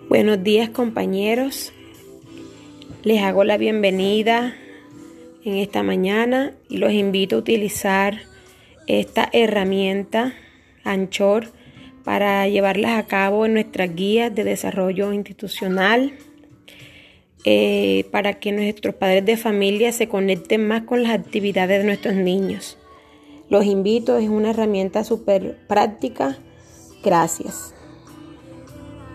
Buenos días, compañeros. Les hago la bienvenida en esta mañana y los invito a utilizar esta herramienta Anchor para llevarlas a cabo en nuestras guías de desarrollo institucional, para que nuestros padres de familia se conecten más con las actividades de nuestros niños. Los invito, es una herramienta súper práctica. Gracias.